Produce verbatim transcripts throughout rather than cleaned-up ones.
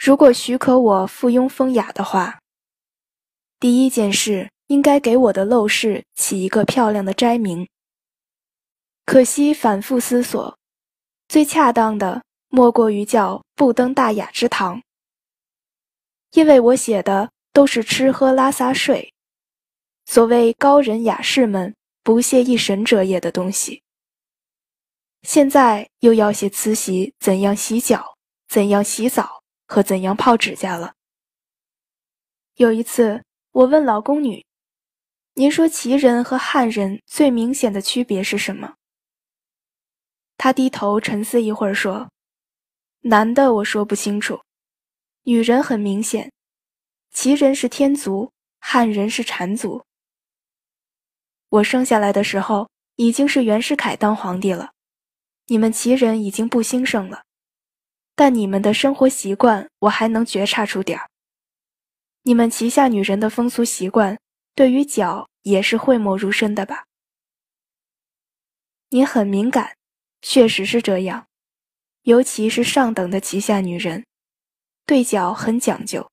如果许可我附庸风雅的话，第一件事应该给我的陋室起一个漂亮的斋名。可惜反复思索，最恰当的莫过于叫不登大雅之堂，因为我写的都是吃喝拉撒睡，所谓高人雅士们不屑一神者也的东西。现在又要写慈禧怎样洗脚，怎样洗澡和怎样泡指甲了。有一次我问老宫女，您说旗人和汉人最明显的区别是什么？她低头沉思一会儿说，男的我说不清楚，女人很明显，旗人是天族，汉人是缠族。我生下来的时候已经是袁世凯当皇帝了，你们旗人已经不兴盛了，但你们的生活习惯我还能觉察出点儿。你们旗下女人的风俗习惯对于脚也是讳莫如深的吧？您很敏感，确实是这样，尤其是上等的旗下女人，对脚很讲究。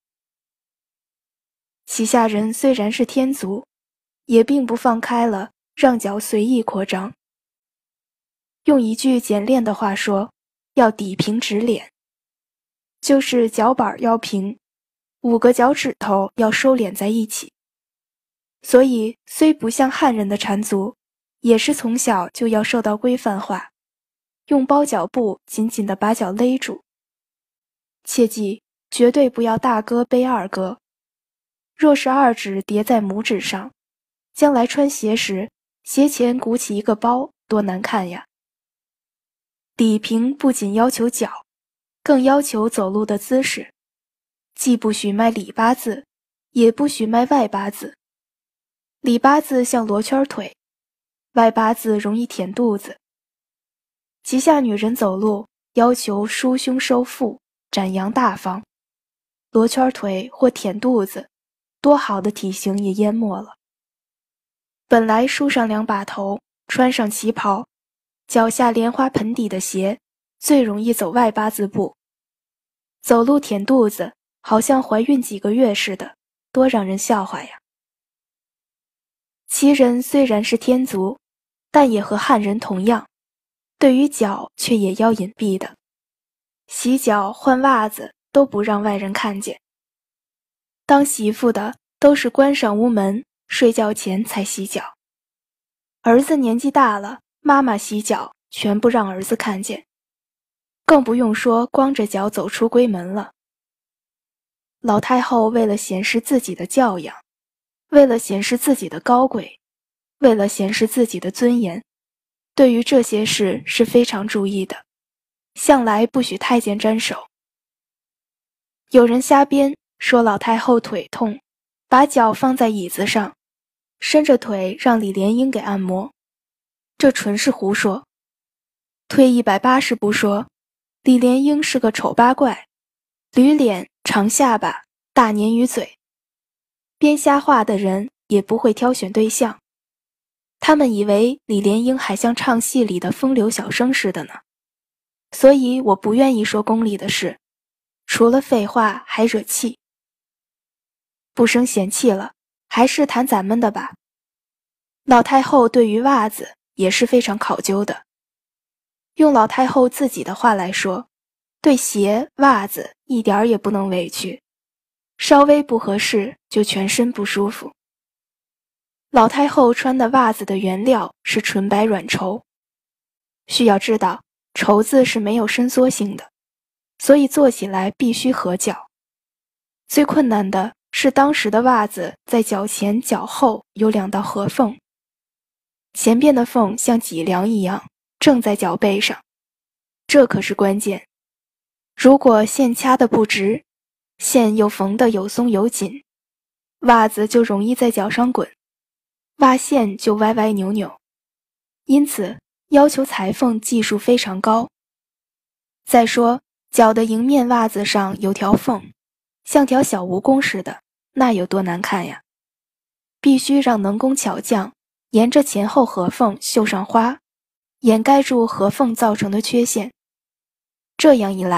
旗下人虽然是天族，也并不放开了让脚随意扩张。用一句简练的话说，要底平直脸，就是脚板要平，五个脚趾头要收敛在一起。所以虽不像汉人的缠足，也是从小就要受到规范化，用包脚布紧紧地把脚勒住。切记绝对不要大哥背二哥，若是二指叠在拇指上，将来穿鞋时鞋前鼓起一个包，多难看呀。底平不仅要求脚，更要求走路的姿势，既不许迈里八字，也不许迈外八字。里八字像罗圈腿，外八字容易舔肚子。旗下女人走路要求舒胸收腹，展扬大方，罗圈腿或舔肚子，多好的体型也淹没了。本来梳上两把头，穿上旗袍，脚下莲花盆底的鞋，最容易走外八字步。走路舔肚子，好像怀孕几个月似的，多让人笑话呀。旗人虽然是天族，但也和汉人同样，对于脚却也要隐蔽的，洗脚换袜子都不让外人看见。当媳妇的都是关上屋门，睡觉前才洗脚。儿子年纪大了，妈妈洗脚全不让儿子看见，更不用说光着脚走出闺门了。老太后为了显示自己的教养，为了显示自己的高贵，为了显示自己的尊严，对于这些事是非常注意的，向来不许太监沾手。有人瞎编说老太后腿痛，把脚放在椅子上，伸着腿让李莲英给按摩，这纯是胡说。退一百八十步说，李莲英是个丑八怪，驴脸长下巴大鲶鱼嘴，编瞎话的人也不会挑选对象，他们以为李莲英还像唱戏里的风流小生似的呢。所以我不愿意说宫里的事，除了废话还惹气。不生嫌弃了，还是谈咱们的吧。老太后对于袜子也是非常考究的，用老太后自己的话来说，对鞋袜子一点儿也不能委屈，稍微不合适就全身不舒服。老太后穿的袜子的原料是纯白软绸，需要知道绸子是没有伸缩性的，所以做起来必须合脚。最困难的是当时的袜子在脚前脚后有两道合缝，前边的缝像脊梁一样正在脚背上，这可是关键。如果线掐得不直，线又缝得有松有紧，袜子就容易在脚上滚，袜线就歪歪扭扭，因此要求裁缝技术非常高。再说脚的迎面袜子上有条缝，像条小蜈蚣似的，那有多难看呀。必须让能工巧匠沿着前后合缝绣上花，掩盖住合缝造成的缺陷。这样一来，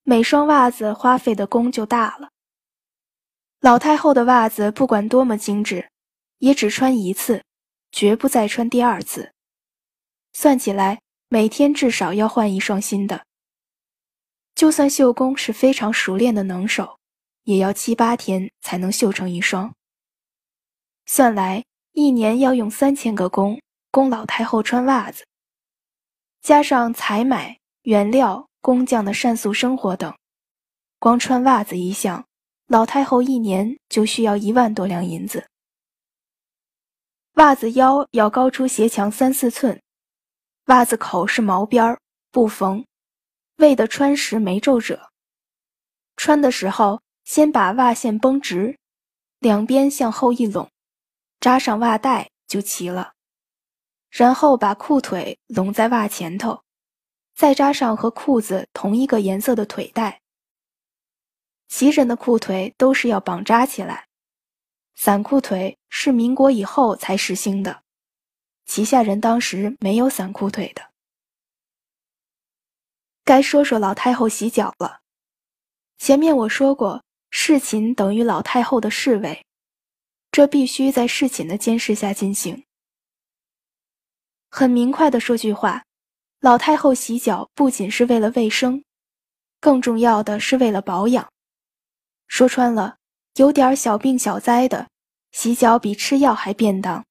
每双袜子花费的工就大了。老太后的袜子不管多么精致，也只穿一次，绝不再穿第二次。算起来，每天至少要换一双新的。就算绣工是非常熟练的能手，也要七八天才能绣成一双。算来，一年要用三千个工供老太后穿袜子，加上采买、原料、工匠的膳宿生活等，光穿袜子一项，老太后一年就需要一万多两银子。袜子腰要高出鞋墙三四寸，袜子口是毛边不缝，为的穿时没皱褶。穿的时候，先把袜线绷直，两边向后一拢，扎上袜带就齐了。然后把裤腿拢在袜前头，再扎上和裤子同一个颜色的腿带。旗人的裤腿都是要绑扎起来，散裤腿是民国以后才实行的，旗下人当时没有散裤腿的。该说说老太后洗脚了。前面我说过，侍寝等于老太后的侍卫，这必须在侍寝的监视下进行。很明快地说句话，老太后洗脚不仅是为了卫生，更重要的是为了保养。说穿了，有点小病小灾的，洗脚比吃药还便当。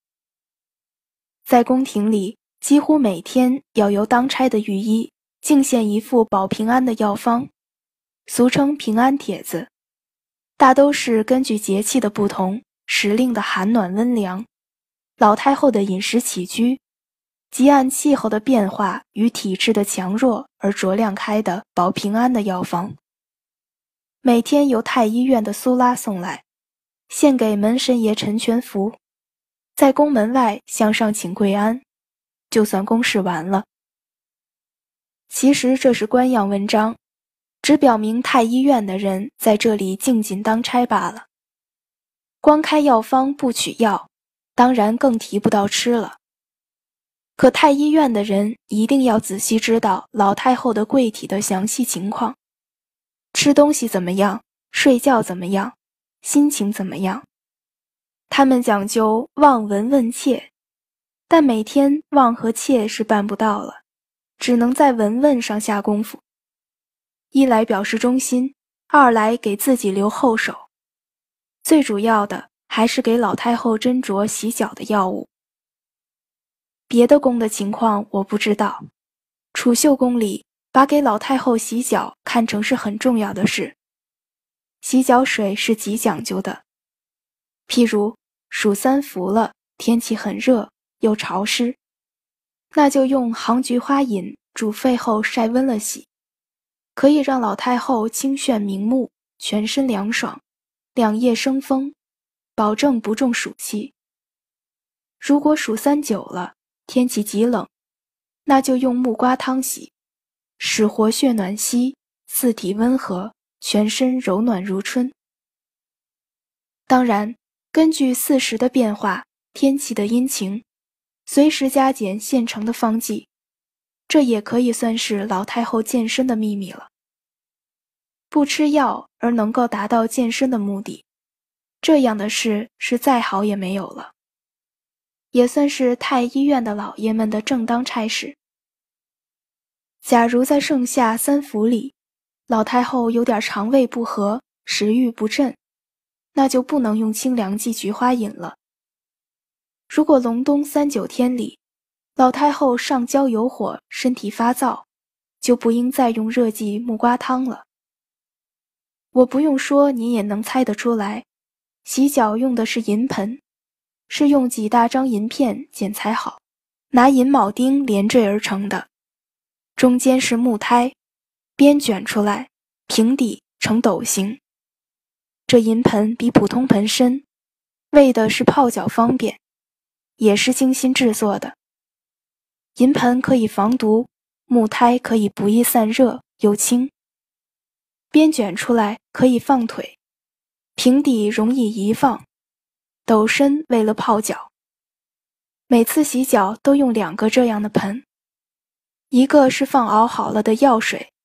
在宫廷里，几乎每天要由当差的御医进献一副保平安的药方，俗称平安帖子，大都是根据节气的不同，时令的寒暖温凉，老太后的饮食起居，即按气候的变化与体质的强弱而酌量开的保平安的药方。每天由太医院的苏拉送来，献给门神爷陈全福，在宫门外向上请跪安，就算公事完了。其实这是官样文章，只表明太医院的人在这里静静当差罢了。光开药方不取药，当然更提不到吃了。可太医院的人一定要仔细知道老太后的贵体的详细情况，吃东西怎么样，睡觉怎么样，心情怎么样。他们讲究望闻问切，但每天望和切是办不到了，只能在闻问上下功夫。一来表示忠心，二来给自己留后手。最主要的还是给老太后斟酌洗脚的药物。别的宫的情况我不知道，储秀宫里把给老太后洗脚看成是很重要的事。洗脚水是极讲究的，譬如暑三伏了，天气很热又潮湿，那就用杭菊花饮煮沸后晒温了洗，可以让老太后清眩明目，全身凉爽，两腋生风，保证不中暑气。如果暑三久了，天气极冷，那就用木瓜汤洗，使活血暖息，四体温和，全身柔暖如春。当然，根据四时的变化，天气的阴晴，随时加减现成的方剂，这也可以算是老太后健身的秘密了。不吃药而能够达到健身的目的，这样的事是再好也没有了，也算是太医院的老爷们的正当差事。假如在盛夏三伏里，老太后有点肠胃不和，食欲不振，那就不能用清凉剂菊花饮了。如果隆冬三九天里，老太后上焦有火，身体发燥，就不应再用热剂木瓜汤了。我不用说，您也能猜得出来，洗脚用的是银盆，是用几大张银片剪裁好，拿银铆钉连缀而成的，中间是木胎，边卷出来，平底呈斗形。这银盆比普通盆深，为的是泡脚方便，也是精心制作的。银盆可以防毒，木胎可以不易散热又轻，边卷出来可以放腿，平底容易移放，斗身为了泡脚。每次洗脚都用两个这样的盆，一个是放熬好了的药水，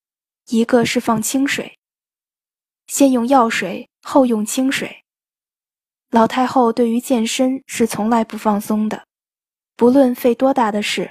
一个是放清水，先用药水，后用清水。老太后对于健身是从来不放松的，不论费多大的事。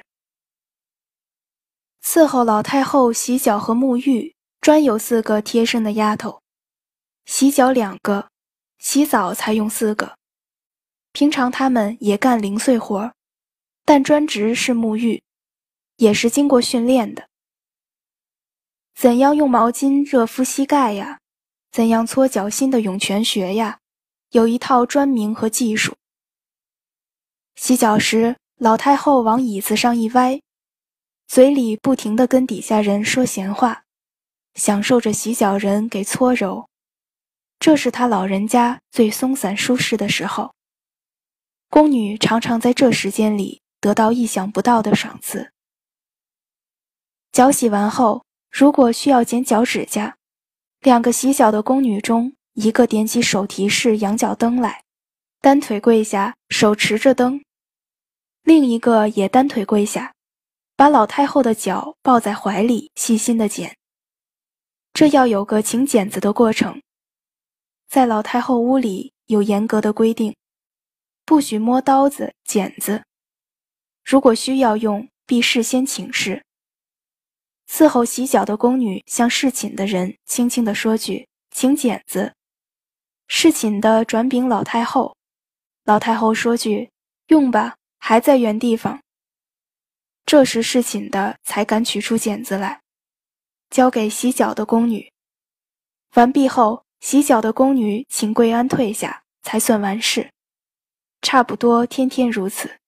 伺候老太后洗脚和沐浴，专有四个贴身的丫头，洗脚两个，洗澡才用四个。平常她们也干零碎活，但专职是沐浴，也是经过训练的。怎样用毛巾热敷膝盖呀？怎样搓脚心的涌泉穴呀？有一套专名和技术。洗脚时，老太后往椅子上一歪，嘴里不停地跟底下人说闲话，享受着洗脚人给搓揉。这是她老人家最松散舒适的时候。宫女常常在这时间里得到意想不到的赏赐。脚洗完后，如果需要剪脚指甲，两个洗脚的宫女中，一个点起手提式羊角灯来，单腿跪下，手持着灯；另一个也单腿跪下，把老太后的脚抱在怀里，细心地剪。这要有个请剪子的过程。在老太后屋里有严格的规定，不许摸刀子、剪子，如果需要用，必事先请示。伺候洗脚的宫女向侍寝的人轻轻地说句请剪子，侍寝的转禀老太后，老太后说句用吧，还在原地方。这时侍寝的才敢取出剪子来，交给洗脚的宫女。完毕后，洗脚的宫女请跪安退下，才算完事。差不多天天如此。